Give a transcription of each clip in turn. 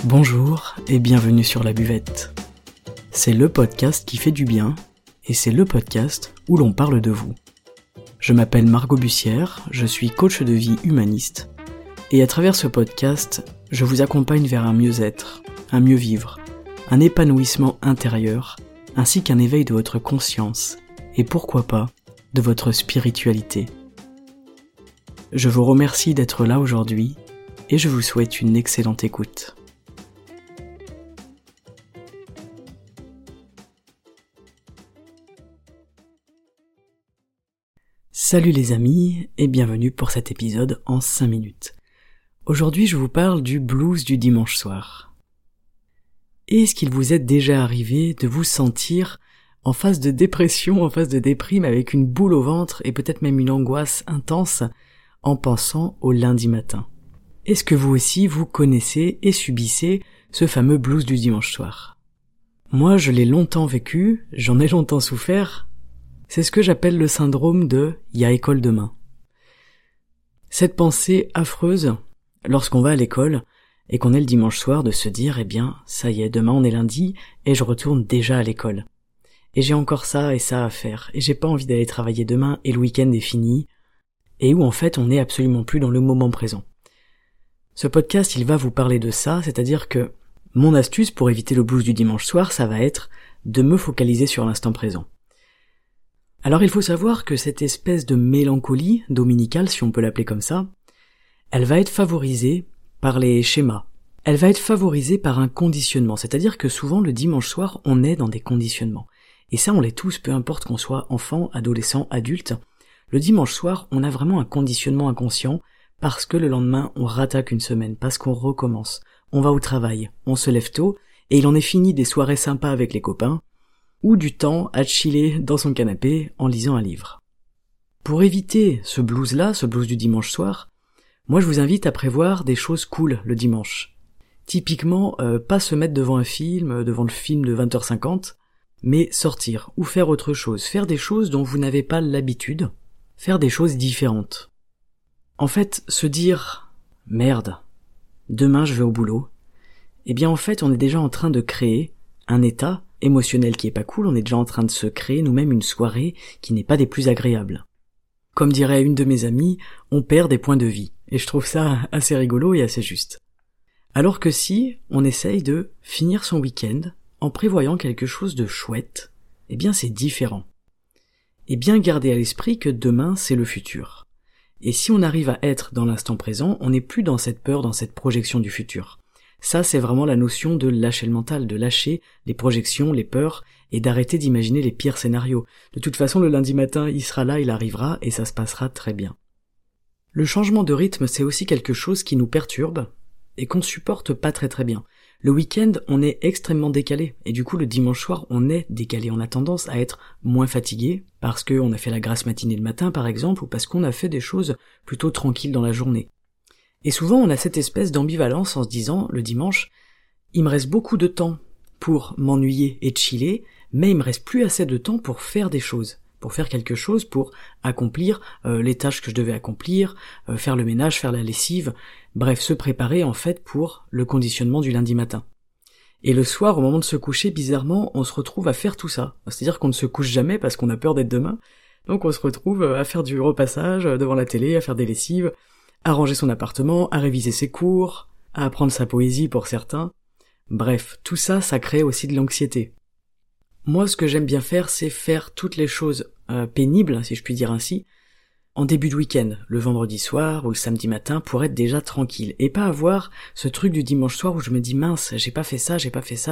Bonjour et bienvenue sur La Buvette. C'est le podcast qui fait du bien et c'est le podcast où l'on parle de vous. Je m'appelle Margot Bussière, je suis coach de vie humaniste et à travers ce podcast, je vous accompagne vers un mieux-être, un mieux-vivre, un épanouissement intérieur ainsi qu'un éveil de votre conscience et pourquoi pas de votre spiritualité. Je vous remercie d'être là aujourd'hui et je vous souhaite une excellente écoute. Salut les amis et bienvenue pour cet épisode en 5 minutes. Aujourd'hui je vous parle du blues du dimanche soir. Est-ce qu'il vous est déjà arrivé de vous sentir en phase de dépression, en phase de déprime avec une boule au ventre et peut-être même une angoisse intense en pensant au lundi matin? Est-ce que vous aussi vous connaissez et subissez ce fameux blues du dimanche soir? Moi je l'ai longtemps vécu, j'en ai longtemps souffert. C'est ce que j'appelle le syndrome de « il y a école demain ». Cette pensée affreuse, lorsqu'on va à l'école et qu'on est le dimanche soir, de se dire « eh bien, ça y est, demain on est lundi et je retourne déjà à l'école. Et j'ai encore ça et ça à faire, et j'ai pas envie d'aller travailler demain et le week-end est fini. » Et où en fait on n'est absolument plus dans le moment présent. Ce podcast, il va vous parler de ça, c'est-à-dire que mon astuce pour éviter le blues du dimanche soir, ça va être de me focaliser sur l'instant présent. Alors il faut savoir que cette espèce de mélancolie dominicale, si on peut l'appeler comme ça, elle va être favorisée par les schémas. Elle va être favorisée par un conditionnement, c'est-à-dire que souvent le dimanche soir, on est dans des conditionnements. Et ça, on l'est tous, peu importe qu'on soit enfant, adolescent, adulte. Le dimanche soir, on a vraiment un conditionnement inconscient parce que le lendemain, on rattaque une semaine, parce qu'on recommence. On va au travail, on se lève tôt, et il en est fini des soirées sympas avec les copains, ou du temps à chiller dans son canapé en lisant un livre. Pour éviter ce blues-là, ce blues du dimanche soir, moi je vous invite à prévoir des choses cool le dimanche. Typiquement, pas se mettre devant un film, devant le film de 20h50, mais sortir, ou faire autre chose, faire des choses dont vous n'avez pas l'habitude, faire des choses différentes. En fait, se dire « merde, demain je vais au boulot », eh bien en fait on est déjà en train de créer un état émotionnel qui est pas cool, on est déjà en train de se créer nous-mêmes une soirée qui n'est pas des plus agréables. Comme dirait une de mes amies, on perd des points de vie, et je trouve ça assez rigolo et assez juste. Alors que si on essaye de finir son week-end en prévoyant quelque chose de chouette, eh bien c'est différent. Et bien garder à l'esprit que demain c'est le futur. Et si on arrive à être dans l'instant présent, on n'est plus dans cette peur, dans cette projection du futur. Ça, c'est vraiment la notion de lâcher le mental, de lâcher les projections, les peurs, et d'arrêter d'imaginer les pires scénarios. De toute façon, le lundi matin, il sera là, il arrivera, et ça se passera très bien. Le changement de rythme, c'est aussi quelque chose qui nous perturbe, et qu'on supporte pas très très bien. Le week-end, on est extrêmement décalé, et du coup, le dimanche soir, on est décalé. On a tendance à être moins fatigué, parce qu'on a fait la grasse matinée le matin, par exemple, ou parce qu'on a fait des choses plutôt tranquilles dans la journée. Et souvent, on a cette espèce d'ambivalence en se disant, le dimanche, il me reste beaucoup de temps pour m'ennuyer et chiller, mais il me reste plus assez de temps pour faire des choses, pour faire quelque chose, pour accomplir les tâches que je devais accomplir, faire le ménage, faire la lessive, bref, se préparer en fait pour le conditionnement du lundi matin. Et le soir, au moment de se coucher, bizarrement, on se retrouve à faire tout ça. C'est-à-dire qu'on ne se couche jamais parce qu'on a peur d'être demain, donc on se retrouve à faire du repassage devant la télé, à faire des lessives, à ranger son appartement, à réviser ses cours, à apprendre sa poésie pour certains. Bref, tout ça, ça crée aussi de l'anxiété. Moi, ce que j'aime bien faire, c'est faire toutes les choses pénibles, si je puis dire ainsi, en début de week-end, le vendredi soir ou le samedi matin, pour être déjà tranquille, et pas avoir ce truc du dimanche soir où je me dis « mince, j'ai pas fait ça,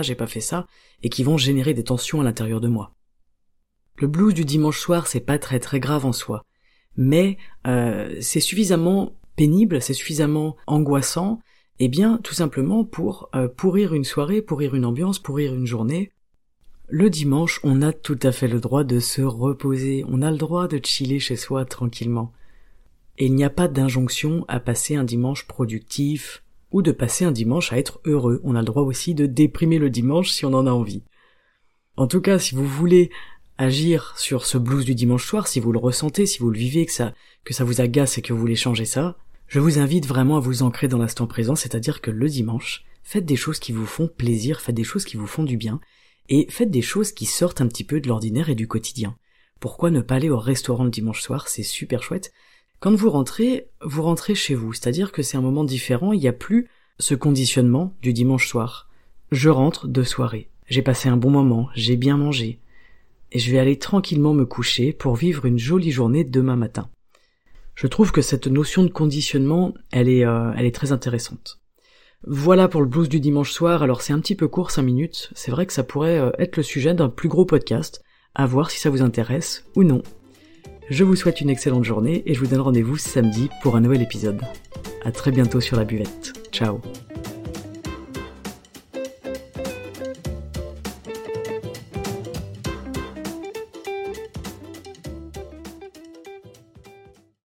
et qui vont générer des tensions à l'intérieur de moi. Le blues du dimanche soir, c'est pas très très grave en soi, mais c'est suffisamment pénible, c'est suffisamment angoissant, eh bien tout simplement pour pourrir une soirée, pourrir une ambiance, pourrir une journée. Le dimanche, on a tout à fait le droit de se reposer, on a le droit de chiller chez soi tranquillement. Et il n'y a pas d'injonction à passer un dimanche productif, ou de passer un dimanche à être heureux, on a le droit aussi de déprimer le dimanche si on en a envie. En tout cas, si vous voulez agir sur ce blues du dimanche soir, si vous le ressentez, si vous le vivez, que ça vous agace et que vous voulez changer ça, je vous invite vraiment à vous ancrer dans l'instant présent, c'est-à-dire que le dimanche, faites des choses qui vous font plaisir, faites des choses qui vous font du bien, et faites des choses qui sortent un petit peu de l'ordinaire et du quotidien. Pourquoi ne pas aller au restaurant le dimanche soir, c'est super chouette. Quand vous rentrez chez vous, c'est-à-dire que c'est un moment différent, il n'y a plus ce conditionnement du dimanche soir. Je rentre de soirée, j'ai passé un bon moment, j'ai bien mangé, et je vais aller tranquillement me coucher pour vivre une jolie journée demain matin. Je trouve que cette notion de conditionnement, elle est très intéressante. Voilà pour le blues du dimanche soir, alors c'est un petit peu court, 5 minutes, c'est vrai que ça pourrait être le sujet d'un plus gros podcast, à voir si ça vous intéresse ou non. Je vous souhaite une excellente journée et je vous donne rendez-vous samedi pour un nouvel épisode. À très bientôt sur la buvette. Ciao.